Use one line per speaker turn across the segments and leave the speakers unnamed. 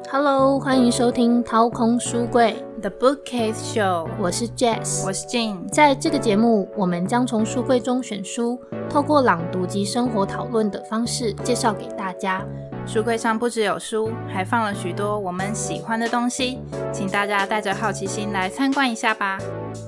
Hello， 欢迎收听掏空书柜
The Bookcase Show，
我是 Jess，
我是 Jane。
在这个节目，我们将从书柜中选书，透过朗读及生活讨论的方式介绍给大家。
书柜上不只有书，还放了许多我们喜欢的东西，请大家带着好奇心来参观一下吧。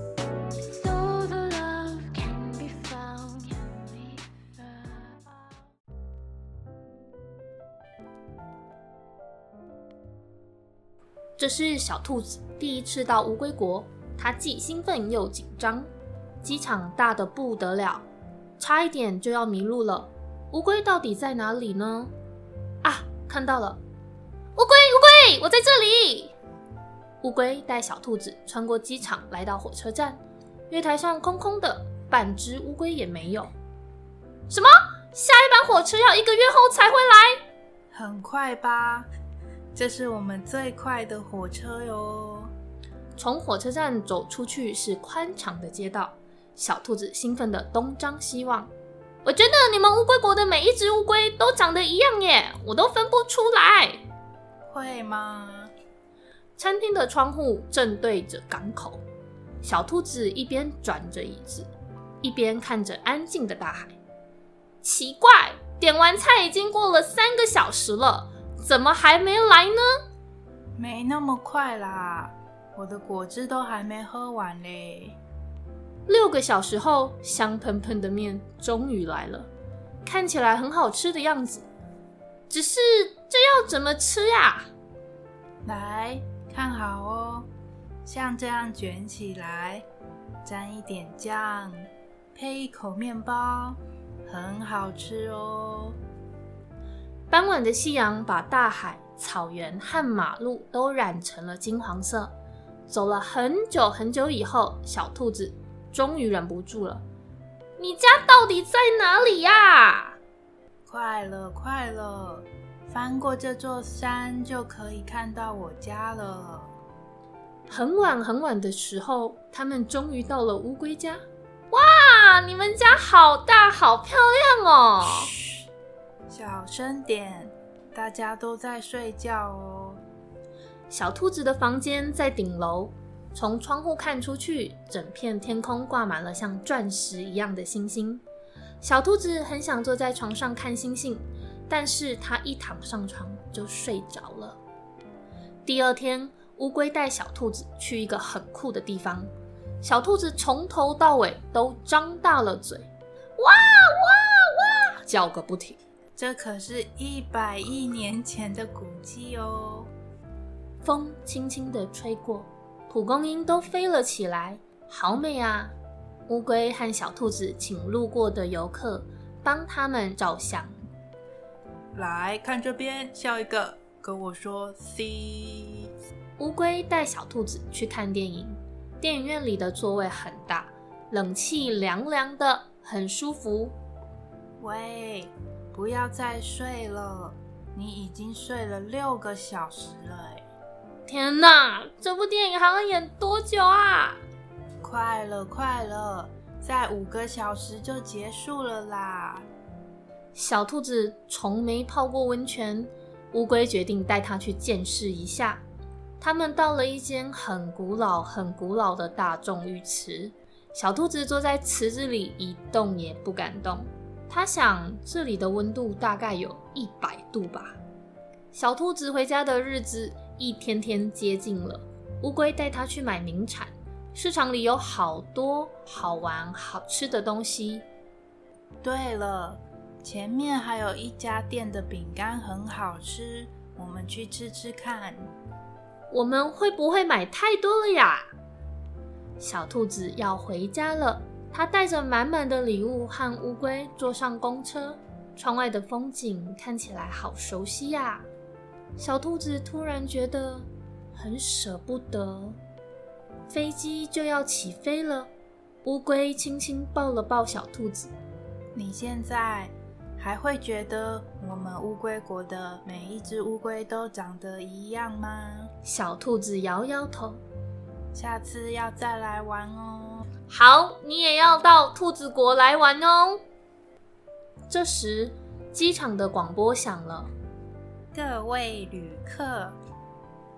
这是小兔子第一次到乌龟国，它既兴奋又紧张。机场大得不得了，差一点就要迷路了。乌龟到底在哪里呢？啊，看到了！乌龟，我在这里！乌龟带小兔子穿过机场，来到火车站。月台上空空的，半只乌龟也没有。什么？下一班火车要1个月后才会来？
很快吧？这是我们最快的火车哟！
从火车站走出去是宽敞的街道，小兔子兴奋地东张西望。我觉得你们乌龟国的每一只乌龟都长得一样耶，我都分不出来。
会吗？
餐厅的窗户正对着港口，小兔子一边转着椅子，一边看着安静的大海。奇怪，点完菜已经过了3个小时了，怎么还没来呢？
没那么快啦，我的果汁都还没喝完嘞。
6个小时后，香喷喷的面终于来了，看起来很好吃的样子。只是这要怎么吃呀？
来，看好哦，像这样卷起来，沾一点酱，配一口面包，很好吃哦。
傍晚的夕阳把大海、草原和马路都染成了金黄色。走了很久很久以后，小兔子终于忍不住了。你家到底在哪里呀？
快了，翻过这座山就可以看到我家了。
很晚的时候，他们终于到了乌龟家。哇，你们家好大好漂亮哦！
嘘，小声点，大家都在睡觉哦。
小兔子的房间在顶楼，从窗户看出去，整片天空挂满了像钻石一样的星星。小兔子很想坐在床上看星星，但是它一躺上床就睡着了。第二天，乌龟带小兔子去一个很酷的地方。小兔子从头到尾都张大了嘴，哇哇哇叫个不停。
这可是100亿年前的古迹哦。
风轻轻地吹过，蒲公英都飞了起来，好美啊！乌龟和小兔子请路过的游客帮他们照相。
来看这边，笑一个，跟我说 C。
乌龟带小兔子去看电影，电影院里的座位很大，冷气凉凉的，很舒服。
喂，不要再睡了，你已经睡了6个小时了耶。
天哪，这部电影还要演多久啊？
快了，再5个小时就结束了啦。
小兔子从没泡过温泉，乌龟决定带它去见识一下。他们到了一间很古老的大众浴池，小兔子坐在池子里一动也不敢动。它想，这里的温度大概有100度吧。小兔子回家的日子一天天接近了，乌龟带它去买名产，市场里有好多好玩好吃的东西。
对了，前面还有一家店的饼干很好吃，我们去吃吃看。
我们会不会买太多了呀？小兔子要回家了，它带着满满的礼物和乌龟坐上公车，窗外的风景看起来好熟悉呀。小兔子突然觉得很舍不得。飞机就要起飞了，乌龟轻轻抱了抱小兔子。
你现在还会觉得我们乌龟国的每一只乌龟都长得一样吗？
小兔子摇摇头。
下次要再来玩哦。
好，你也要到兔子国来玩哦。这时，机场的广播响了。
各位旅客，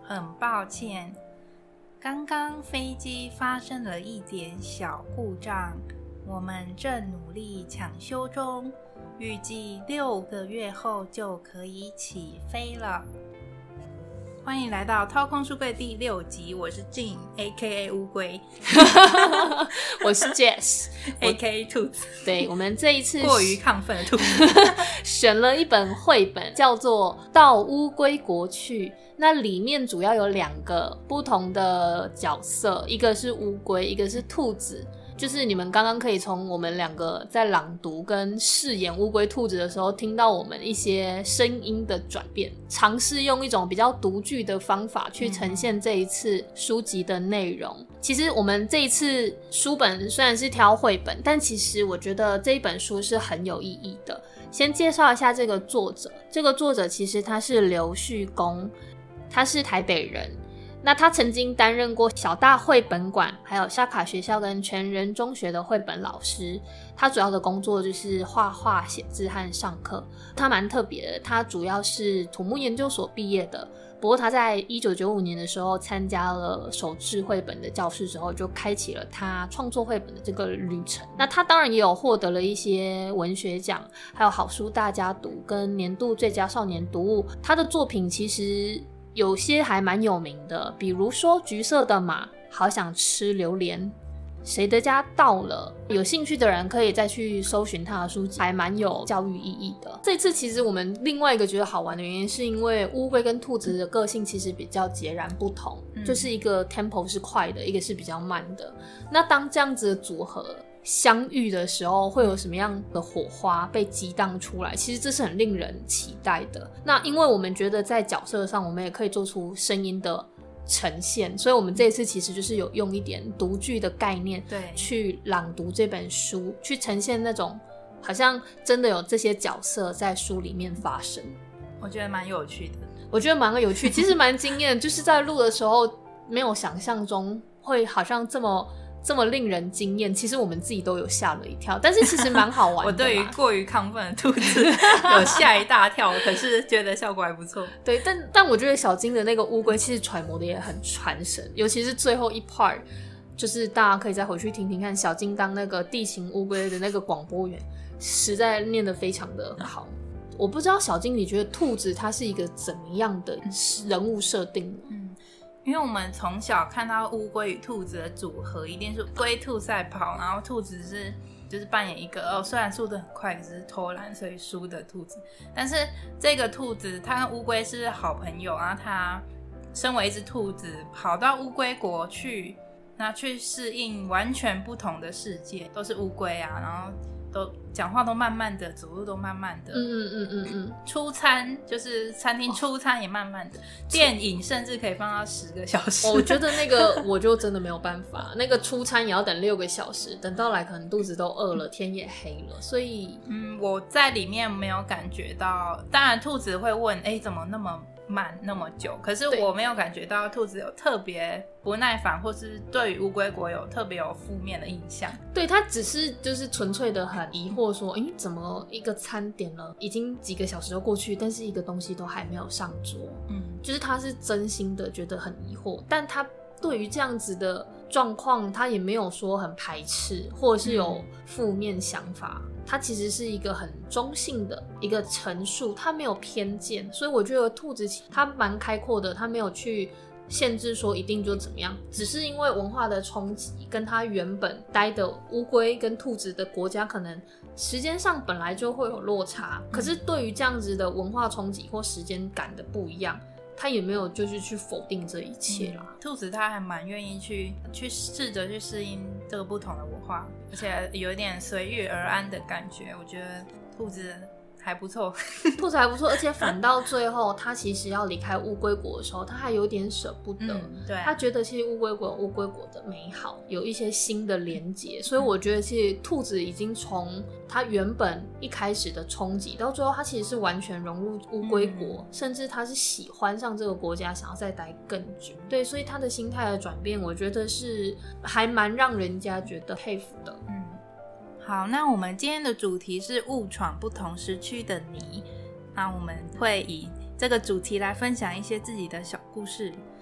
很抱歉，刚刚飞机发生了一点小故障，我们正努力抢修中，预计6个月后就可以起飞了。欢迎来到掏空书柜第6集，我是 Jean AKA 乌龟
我是 Jess
AKA 兔子。
对，我们这一次
过于亢奋的兔子
选了一本绘本叫做《到乌龟国去》，那里面主要有2个不同的角色，一个是乌龟，一个是兔子。就是你们刚刚可以从我们2个在朗读跟饰演乌龟兔子的时候听到我们一些声音的转变，尝试用一种比较独具的方法去呈现这一次书籍的内容。其实我们这一次书本虽然是挑绘本，但其实我觉得这一本书是很有意义的。先介绍一下这个作者，这个作者其实他是刘旭公，他是台北人。那他曾经担任过小大绘本馆还有夏卡学校跟全人中学的绘本老师，他主要的工作就是画画、写字和上课。他蛮特别的，他主要是土木研究所毕业的，不过他在1995年的时候参加了手制绘本的教室之后，就开启了他创作绘本的这个旅程。那他当然也有获得了一些文学奖，还有好书大家读跟年度最佳少年读物。他的作品其实有些还蛮有名的，比如说橘色的马、好想吃榴莲、谁的家到了，有兴趣的人可以再去搜寻他的书籍，还蛮有教育意义的。这次其实我们另外一个觉得好玩的原因是因为乌龟跟兔子的个性其实比较截然不同，就是一个 tempo 是快的，一个是比较慢的。那当这样子的组合相遇的时候会有什么样的火花被激荡出来，其实这是很令人期待的。那因为我们觉得在角色上我们也可以做出声音的呈现，所以我们这一次其实就是有用一点读剧的概念去朗读这本书，去呈现那种好像真的有这些角色在书里面发生。
我觉得蛮有趣的，
我觉得蛮有趣，其实蛮惊艳，就是在录的时候没有想象中会好像这么令人惊艳，其实我们自己都有吓了一跳，但是其实蛮好玩的。
我对于过于亢奋的兔子有吓一大跳，可是觉得效果还不错。
对，但我觉得小金的那个乌龟其实揣摩的也很传神，尤其是最后一 part， 就是大家可以再回去听听看，小金当那个地形乌龟的那个广播员，实在念得非常的好。我不知道小金你觉得兔子它是一个怎么样的人物设定呢？
因为我们从小看到乌龟与兔子的组合一定是龟兔赛跑，然后兔子就是扮演一个虽然速度很快可是偷懒所以输的兔子。但是这个兔子它跟乌龟是好朋友，然后它身为一只兔子跑到乌龟国去，那去适应完全不同的世界，都是乌龟啊，然后都讲话都慢慢的，走路都慢慢的。出餐就是餐厅出餐也慢慢的，电影甚至可以放到10个小时。
我觉得那个我就真的没有办法，那个出餐也要等6个小时，等到来可能肚子都饿了，天也黑了，所以
我在里面没有感觉到。当然兔子会问怎么那么慢那么久，可是我没有感觉到兔子有特别不耐烦，或是对于乌龟国有特别有负面的印象。
对，他只是就是纯粹的很疑惑说怎么一个餐点了已经几个小时都过去，但是一个东西都还没有上桌。就是他是真心的觉得很疑惑，但他对于这样子的状况他也没有说很排斥或者是有负面想法，他其实是一个很中性的一个陈述，他没有偏见。所以我觉得兔子他蛮开阔的，他没有去限制说一定就怎么样，只是因为文化的冲击跟他原本待的乌龟跟兔子的国家可能时间上本来就会有落差，可是对于这样子的文化冲击或时间感的不一样，他也没有就是去否定这一切啦。
兔子他还蛮愿意去试着去适应这个不同的文化，而且有一点随遇而安的感觉。我觉得兔子还不错，
兔子还不错，而且反到最后他其实要离开乌龟国的时候他还有点舍不得。
对，
他觉得其实乌龟国有乌龟国的美好，有一些新的连结，所以我觉得其实兔子已经从他原本一开始的冲击到最后他其实是完全融入乌龟国，甚至他是喜欢上这个国家，想要再待更久。对，所以他的心态的转变我觉得是还蛮让人家觉得佩服的。
好，那我们今天的主题是误闯不同时区的你。那我们会以这个主题来分享一些自己的小故事。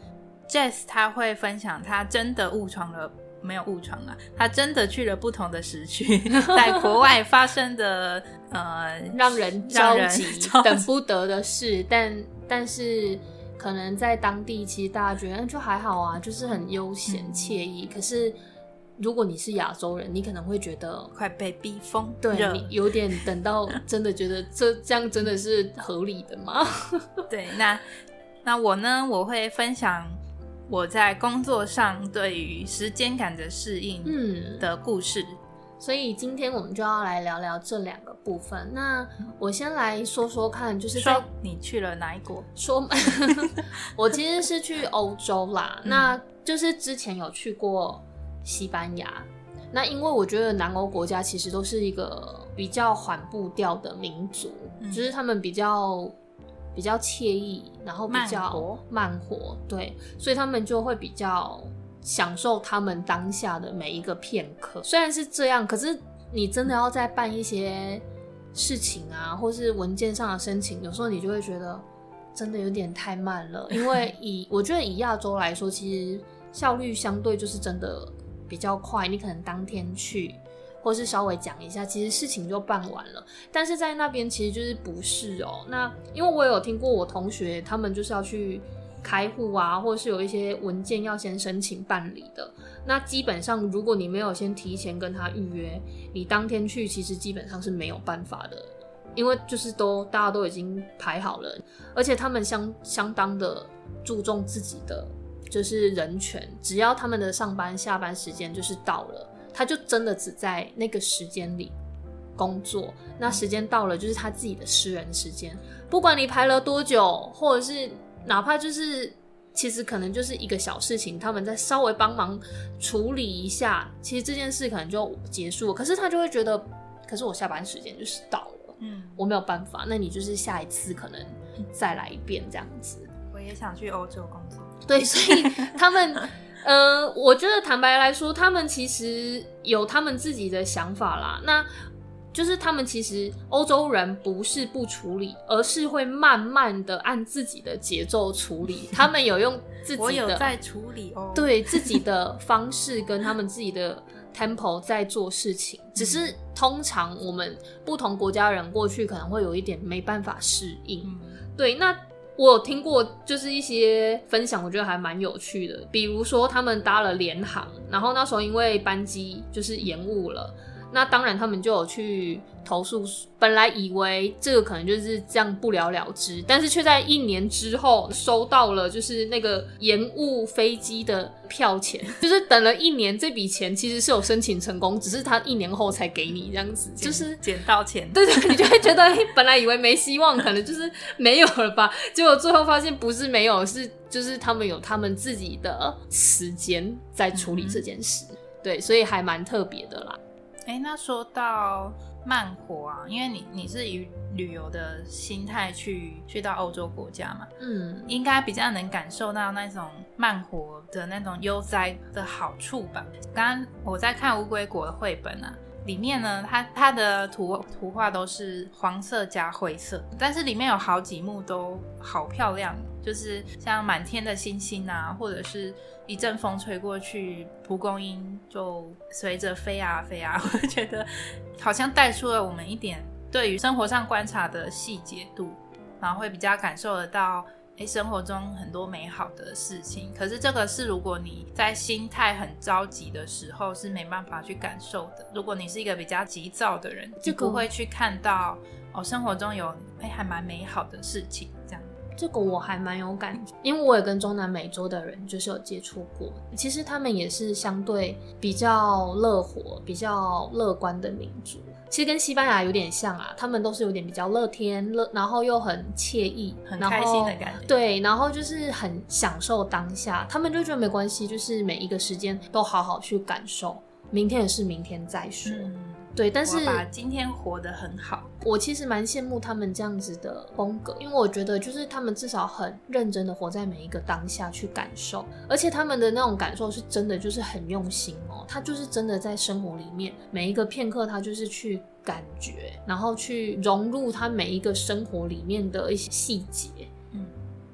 Jess 他会分享他真的没有误闯啊，他真的去了不同的时区，在国外发生的
让人着急等不得的事，但是可能在当地其实大家觉得就还好啊，就是很悠闲惬意，可是如果你是亚洲人，你可能会觉得
快被逼疯，
对，你有点等到真的觉得这样真的是合理的吗？
对，那我呢，我会分享我在工作上对于时间感的适应的故事。
所以今天我们就要来聊聊这两个部分。那我先来说说看，就是
说你去了哪一国？
我其实是去欧洲啦，那就是之前有去过西班牙。那因为我觉得南欧国家其实都是一个比较缓步调的民族，就是他们比较惬意，然后比较慢活，对，所以他们就会比较享受他们当下的每一个片刻。虽然是这样，可是你真的要再办一些事情啊，或是文件上的申请，有时候你就会觉得真的有点太慢了。因为我觉得以亚洲来说，其实效率相对就是真的比较快，你可能当天去或是稍微讲一下，其实事情就办完了。但是在那边其实就是不是哦。那因为我有听过我同学他们就是要去开户啊，或者是有一些文件要先申请办理的。那基本上如果你没有先提前跟他预约，你当天去其实基本上是没有办法的，因为就是大家都已经排好了，而且他们相当的注重自己的就是人权，只要他们的上班下班时间就是到了，他就真的只在那个时间里工作，那时间到了就是他自己的私人时间，不管你排了多久，或者是哪怕就是其实可能就是一个小事情，他们再稍微帮忙处理一下，其实这件事可能就结束了。可是他就会觉得，可是我下班时间就是到了，我没有办法，那你就是下一次可能再来一遍这样子。
我也想去欧洲工作。
对，所以他们我觉得坦白来说，他们其实有他们自己的想法啦。那就是他们其实欧洲人不是不处理，而是会慢慢的按自己的节奏处理。他们有用自己的，
我有在处理哦，
对自己的方式跟他们自己的 tempo 在做事情。只是通常我们不同国家人过去可能会有一点没办法适应。对，那我有听过就是一些分享，我觉得还蛮有趣的。比如说他们搭了联航，然后那时候因为班机就是延误了，那当然他们就有去投诉，本来以为这个可能就是这样不了了之，但是却在1年之后收到了就是那个延误飞机的票钱，就是等了1年，这笔钱其实是有申请成功，只是他1年后才给你这样子，就是
捡到钱。
对对，你就会觉得本来以为没希望，可能就是没有了吧，结果最后发现不是没有，是就是他们有他们自己的时间在处理这件事。对，所以还蛮特别的啦。
那说到慢活啊，因为你是以旅游的心态去到欧洲国家嘛，应该比较能感受到那种慢活的那种悠哉的好处吧。刚刚我在看乌龟国的绘本啊，里面呢它的图画都是黄色加灰色，但是里面有好几幕都好漂亮，就是像满天的星星啊，或者是一阵风吹过去，蒲公英就随着飞啊飞啊，我觉得好像带出了我们一点对于生活上观察的细节度，然后会比较感受得到生活中很多美好的事情。可是这个是如果你在心态很着急的时候是没办法去感受的。如果你是一个比较急躁的人，你不会去看到生活中有还蛮美好的事情这样。
这个我还蛮有感觉，因为我也跟中南美洲的人就是有接触过，其实他们也是相对比较乐活比较乐观的民族，其实跟西班牙有点像啊，他们都是有点比较乐天然后又很惬意，
很开心的感觉。
对，然后就是很享受当下，他们就觉得没关系，就是每一个时间都好好去感受，明天的事明天再说。对，但是
我把今天活得很好。
我其实蛮羡慕他们这样子的风格，因为我觉得就是他们至少很认真的活在每一个当下去感受，而且他们的那种感受是真的就是很用心哦，他就是真的在生活里面每一个片刻他就是去感觉，然后去融入他每一个生活里面的一些细节。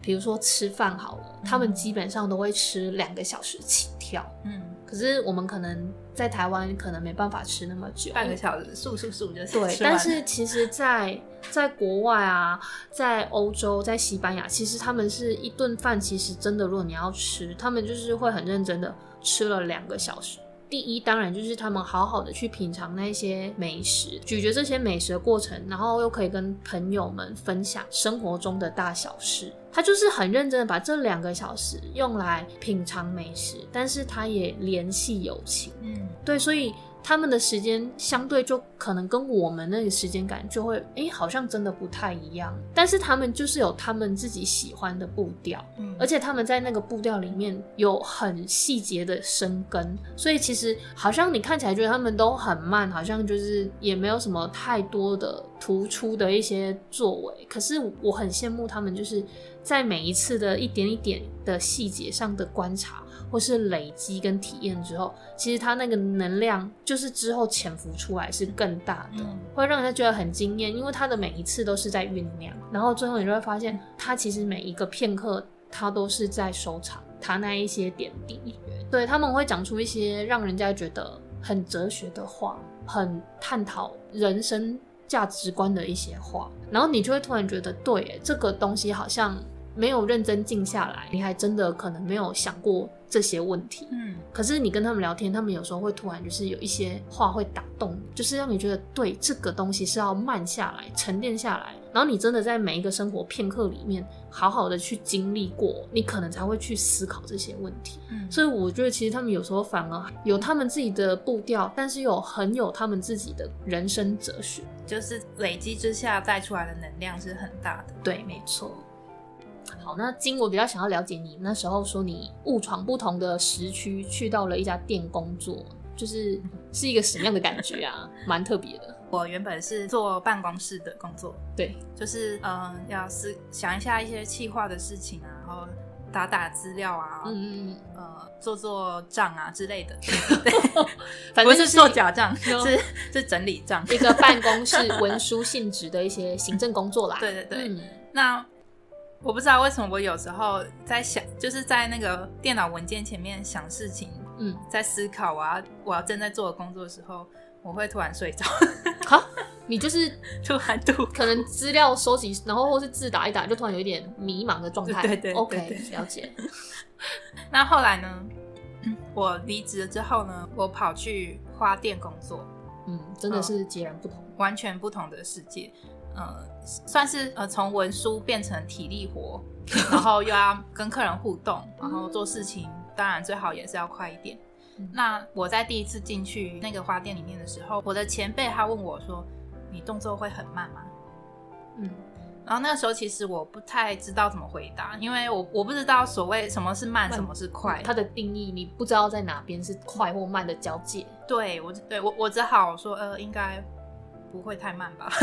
比如说吃饭好了，他们基本上都会吃2个小时起跳。可是我们可能在台湾可能没办法吃那么久，
半个小时速就是
对。但是其实在国外啊，在欧洲，在西班牙，其实他们是一顿饭，其实真的如果你要吃，他们就是会很认真的吃了2个小时。第一当然就是他们好好的去品尝那些美食，咀嚼这些美食的过程，然后又可以跟朋友们分享生活中的大小事。他就是很认真的把这2个小时用来品尝美食，但是他也联系友情。对，所以他们的时间相对就可能跟我们那个时间感就会好像真的不太一样，但是他们就是有他们自己喜欢的步调，而且他们在那个步调里面有很细节的生根，所以其实好像你看起来觉得他们都很慢，好像就是也没有什么太多的突出的一些作为，可是我很羡慕他们就是在每一次的一点一点的细节上的观察或是累积跟体验之后，其实他那个能量就是之后潜伏出来是更大的，会让人家觉得很惊艳，因为他的每一次都是在酝酿，然后最后你就会发现他其实每一个片刻他都是在收藏他那一些点滴。对，他们会讲出一些让人家觉得很哲学的话，很探讨人生价值观的一些话，然后你就会突然觉得对耶，这个东西好像没有认真静下来，你还真的可能没有想过这些问题。可是你跟他们聊天，他们有时候会突然就是有一些话会打动，就是让你觉得对，这个东西是要慢下来沉淀下来，然后你真的在每一个生活片刻里面好好的去经历过，你可能才会去思考这些问题。所以我觉得其实他们有时候反而有他们自己的步调，但是很有他们自己的人生哲学，
就是累积之下带出来的能量是很大的。
对，没错。好，那金，我比较想要了解你那时候说你误闯不同的时区，去到了一家店工作，是一个什么样的感觉啊？蛮特别的。
我原本是做办公室的工作，
对，
就是要想一下一些企划的事情啊，然后打资料啊，做账啊之类的。
反正
不是做假账，是整理账，
一个办公室文书性质的一些行政工作啦。
对对对，那我不知道为什么我有时候在想，就是在那个电脑文件前面想事情，在思考我要正在做的工作的时候，我会突然睡着。
好，你就是
突然
可能资料收集，然后或是字打一打，就突然有一点迷茫的状态。
对对
，OK， 了解。
那后来呢？我离职了之后呢，我跑去花店工作。
真的是截然不同，
完全不同的世界。算是从文书变成体力活，然后又要跟客人互动，然后做事情，当然最好也是要快一点。那我在第一次进去那个花店里面的时候，我的前辈他问我说：“你动作会很慢吗？”然后那个时候其实我不太知道怎么回答，因为我不知道所谓什么是慢，什么是快，
它的定义你不知道在哪边是快或慢的交界。
对，我只好说应该不会太慢吧。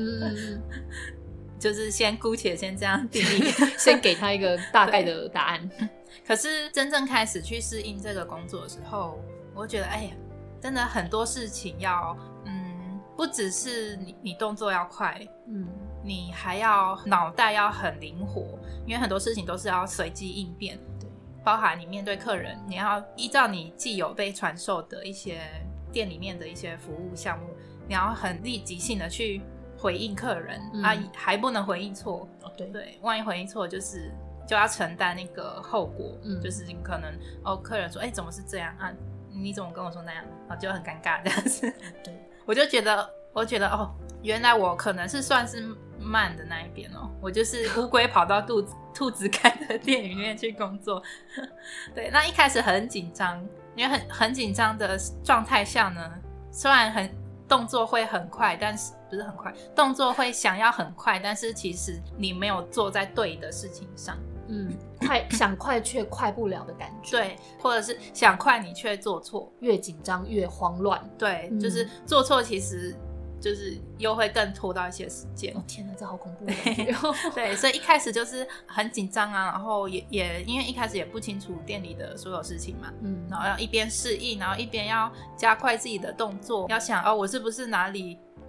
就是姑且先这样定义，
先给他一个大概的答案。
可是真正开始去适应这个工作的时候，我觉得真的很多事情要不只是你动作要快，你还要脑袋要很灵活，因为很多事情都是要随机应变。对，包含你面对客人，你要依照你既有被传授的一些店里面的一些服务项目，你要很立即性的去回应客人，还不能回应错。对，万一回应错就要承担那个后果，就是可能客人说怎么是这样啊？你怎么跟我说那样？就很尴尬这样子。对，我觉得原来我可能是算是慢的那一边我就是乌龟跑到兔子开的店里面去工作。对，那一开始很紧张，因为很紧张的状态下呢，虽然动作会很快，但是不是很快，动作会想要很快，但是其实你没有做在对的事情上。
想快却快不了的感觉。
对，或者是想快你却做错，
越紧张越慌乱。
对，就是做错其实就是又会更拖到一些时间。
天哪，这好恐怖。
对，所以一开始就是很紧张啊，然后也因为一开始也不清楚店里的所有事情嘛，然后要一边适应，然后一边要加快自己的动作，要想我是不是哪里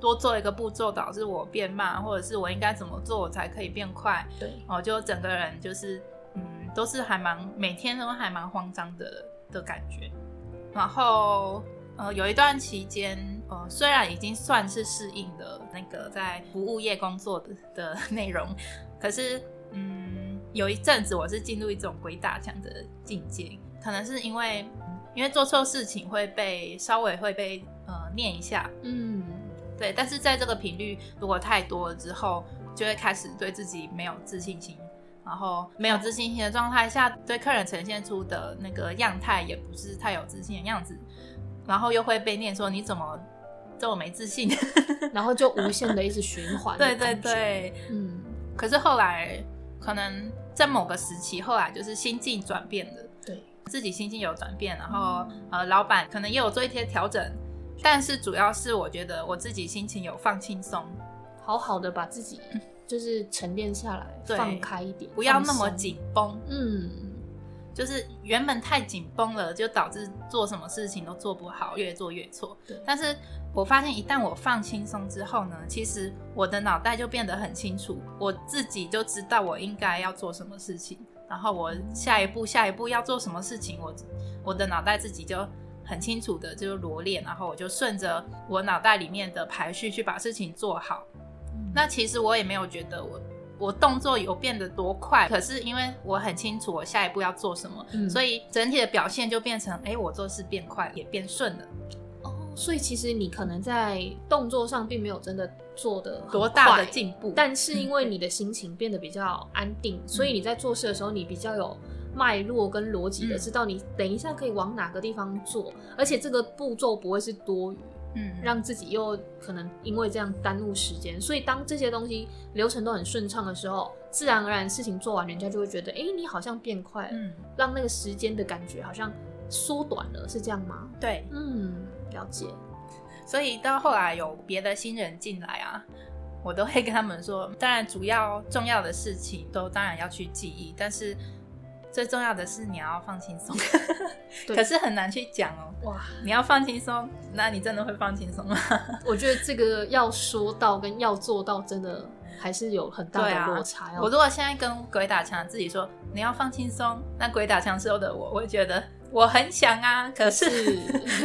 多做一个步骤导致我变慢，或者是我应该怎么做我才可以变快。
对，
就整个人就是都是每天都还蛮慌张的感觉。然后有一段期间虽然已经算是适应的那个在服务业工作的内容，可是有一阵子我是进入一种鬼打墙的境界，可能是因为做错事情稍微会被念一下，对，但是在这个频率如果太多了之后，就会开始对自己没有自信心，然后没有自信心的状态下，对客人呈现出的那个样态也不是太有自信的样子，然后又会被念说你怎么这么没自信，
然后就无限的一直循环
对对对，可是后来可能在某个时期，后来就是心境转变了，
对，
自己心境有转变，然后老板可能也有做一些调整，但是主要是我觉得我自己心情有放轻松，
好好的把自己就是沉淀下来，放开一点，
不要那么紧绷。
就是
原本太紧绷了，就导致做什么事情都做不好，越做越错。但是我发现一旦我放轻松之后呢，其实我的脑袋就变得很清楚，我自己就知道我应该要做什么事情，然后我下一步要做什么事情，我的脑袋自己就很清楚的就罗列，然后我就顺着我脑袋里面的排序去把事情做好。那其实我也没有觉得我动作有变得多快，可是因为我很清楚我下一步要做什么，所以整体的表现就变成我做事变快也变顺了。
所以其实你可能在动作上并没有真的做得很快
多大的进步，
但是因为你的心情变得比较安定，所以你在做事的时候你比较有脉络跟逻辑的知道你等一下可以往哪个地方做，而且这个步骤不会是多余，让自己又可能因为这样耽误时间，所以当这些东西流程都很顺畅的时候，自然而然事情做完，人家就会觉得你好像变快了，让那个时间的感觉好像缩短了，是这样吗？
对，
了解。
所以到后来有别的新人进来啊，我都会跟他们说，当然主要重要的事情都当然要去记忆，但是最重要的是你要放轻松可是很难去讲哇，你要放轻松，那你真的会放轻松吗？
我觉得这个要说到跟要做到真的还是有很大的落差。
我如果现在跟鬼打墙自己说你要放轻松，那鬼打墙时候的我会觉得我很想啊，可是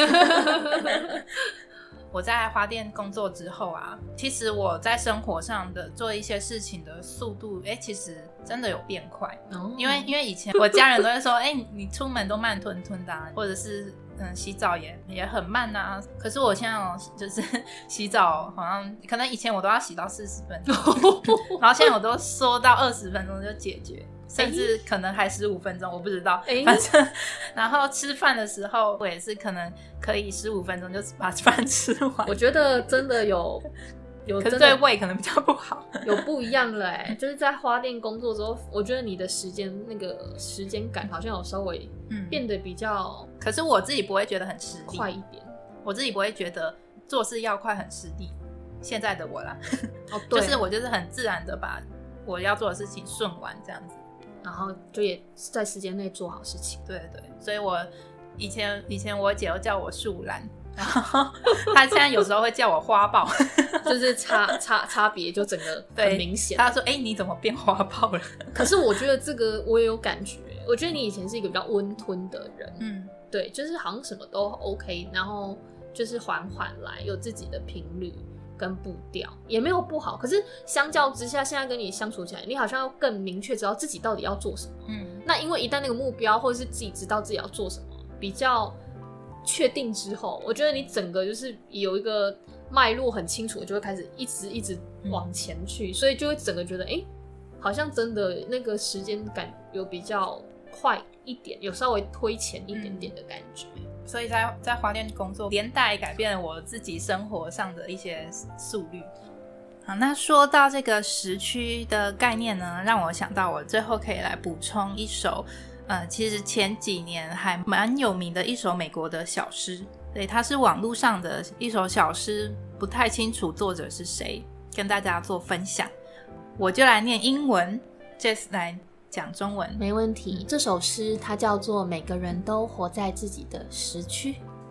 我在花店工作之后啊，其实我在生活上的做一些事情的速度其实真的有变快，因为以前我家人都会说你出门都慢吞吞的或者是洗澡也很慢啊，可是我现在就是洗澡好像可能以前我都要洗到40分钟然后现在我都缩到20分钟就解决，甚至可能还15分钟，我不知道反正然后吃饭的时候我也是可能可以15分钟就把饭吃完。
我觉得真的有
可是对胃可能比较不好
有不一样了就是在花店工作之后，我觉得你的那个时间感好像有稍微变得比较
可是我自己不会觉得很吃力，
快一点，
我自己不会觉得做事要快很吃力，现在的我啦
对
就是我就是很自然的把我要做的事情顺完这样子，
然后就也在时间内做好事情。
对对，所以我以前我姐都叫我树懒，然后她现在有时候会叫我花豹
就是差别就整个很明显。
她说你怎么变花豹了
可是我觉得这个我也有感觉，我觉得你以前是一个比较温吞的人，对，就是好像什么都 OK， 然后就是缓缓来，有自己的频率跟步调，也没有不好。可是相较之下，现在跟你相处起来，你好像要更明确知道自己到底要做什么。那因为一旦那个目标或者是自己知道自己要做什么比较确定之后，我觉得你整个就是有一个脉络很清楚，就会开始一直往前去，所以就会整个觉得好像真的那个时间感有比较快一点，有稍微推前一点点的感觉。
所以在花店工作连带改变了我自己生活上的一些速率。好，那说到这个时区的概念呢，让我想到我最后可以来补充一首其实前几年还蛮有名的一首美国的小诗，对，它是网络上的一首小诗，不太清楚作者是谁，跟大家做分享。我就来念英文， Jess 来讲中文。
没问题。这首诗它叫做《每个人都活在自己的时区》。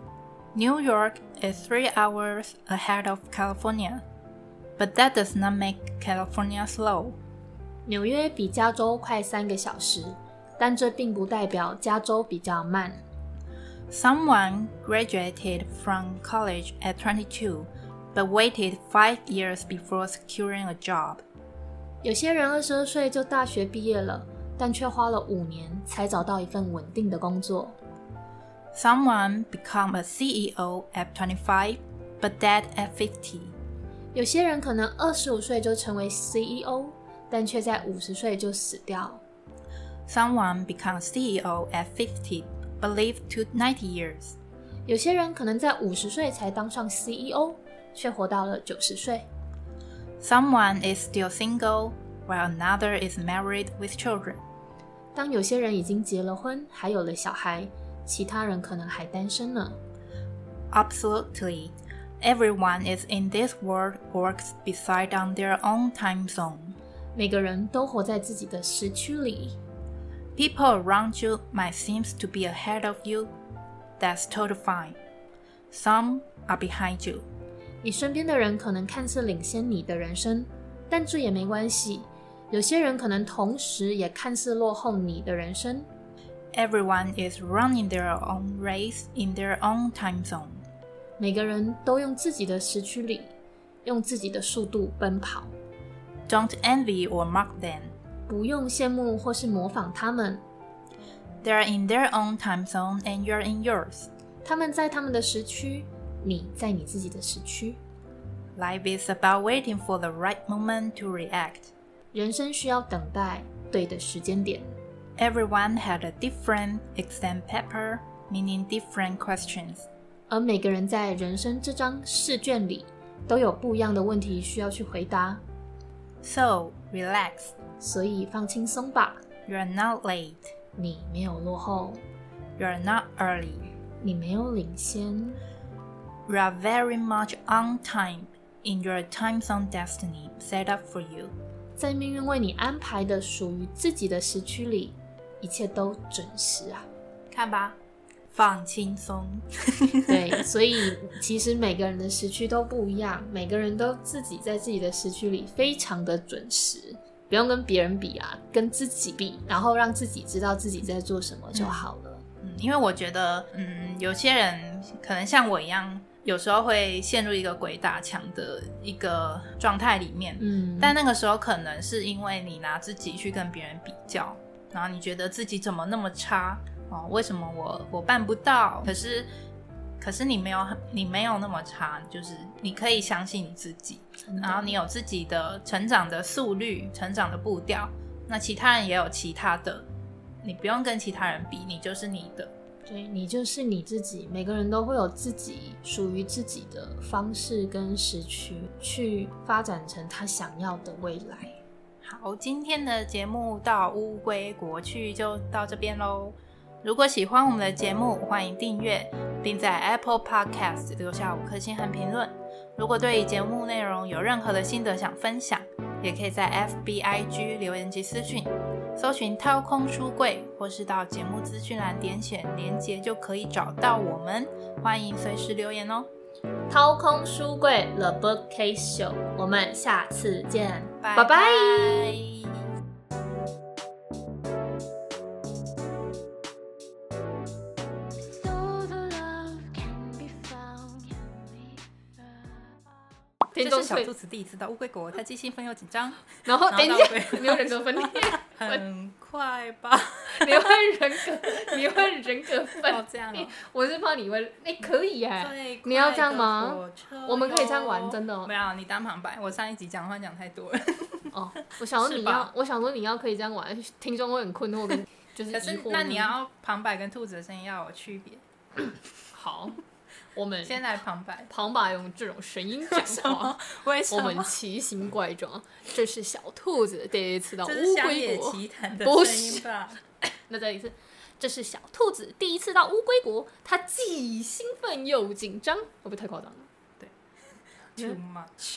New York is 3 hours ahead of California, but that does not make California slow.
纽约比加州快3个小时，但这并不代表加州比较慢。
Someone graduated from college at 22, but waited 5 years before securing a job.
有些人22岁就大学毕业了，但却花了5年才找到一份稳定的工作。
Someone become a CEO at 25, but dead at 50.
有些人可能25岁就成为 CEO， 但却在50岁就死掉。
Someone becomes CEO at 50, but live to 90 years.
有些人可能在50岁才当上 CEO， 却活到了90岁。
Someone is still single, while another is married with children.
当有些人已经结了婚，还有了小孩，其他人可能还单身呢。
Absolutely. Everyone is in this world works beside on their own time zone.
每个人都活在自己的时区里。
People around you might seem to be ahead of you. That's totally fine. Some are behind you.
你身边的人可能看似领先你的人生，但这也没关系。有些人可能同时也看似落后你的人生。
Everyone is running their own race in their own time zone.
每个人都用自己的时区里，用自己的速度奔跑。
Don't envy or mock them.
不用羡慕或是模仿他们。
They're in their own time zone and you're in yours.
他们在他们的时区，你在你自己的时区。
Life is about waiting for the right moment to react.
人生需要等待对的时间点。
Everyone had a different exam paper, meaning different questions.
而每个人在人生这张试卷里，都有不一样的问题需要去回答。
So, relax.
所以放轻松吧。
You're not late.
你没有落后。
You're not early.
你没有领先。
You are very much on time in your time zone destiny set up for you.
在命运为你安排的属于自己的时区里，一切都准时啊！
看吧，放轻松。
对，所以其实每个人的时区都不一样，每个人都自己在自己的时区里非常的准时，不用跟别人比啊，跟自己比，然后让自己知道自己在做什么就好了。
因为我觉得，有些人可能像我一样，有时候会陷入一个鬼打墙的一个状态里面，但那个时候可能是因为你拿自己去跟别人比较，然后你觉得自己怎么那么差为什么我办不到？可是你没有那么差，就是你可以相信你自己，然后你有自己的成长的速率、成长的步调，那其他人也有其他的，你不用跟其他人比，你就是你的。
对，你就是你自己，每个人都会有自己属于自己的方式跟时区，去发展成他想要的未来。
好，今天的节目到乌龟国去就到这边咯。如果喜欢我们的节目，欢迎订阅，并在 Apple Podcast 留下5颗星和评论。如果对于节目内容有任何的心得想分享，也可以在 FBIG 留言及私讯，搜寻掏空书柜，或是到节目资讯栏点选连结就可以找到我们。欢迎随时留言哦。
掏空书柜 The Bookcase Show， 我们下次见，
拜拜。这是小兔子第一次到乌龟国，他既兴奋又紧张。
然后等一下，你有人格分裂，
很快吧？
你会人格分裂？
这样哦，
我是怕你会，可以耶！你要这样吗？我们可以这样玩，真的哦。
没有，你当旁白。我上一集讲话讲太多了。
哦，我想说你要可以这样玩，听众会很困惑跟就是疑惑。
可是那你要旁白跟兔子的声音要有区别。
好。我们
先来旁白，
用这种声音讲话，
为什么？
我们奇形怪状。这是小兔子第一次到乌龟国，
这是乡野奇谈的声音吧？
那再一次，这是小兔子第一次到乌龟国，它既兴奋又紧张，会不会太夸张了？
对 ，too much。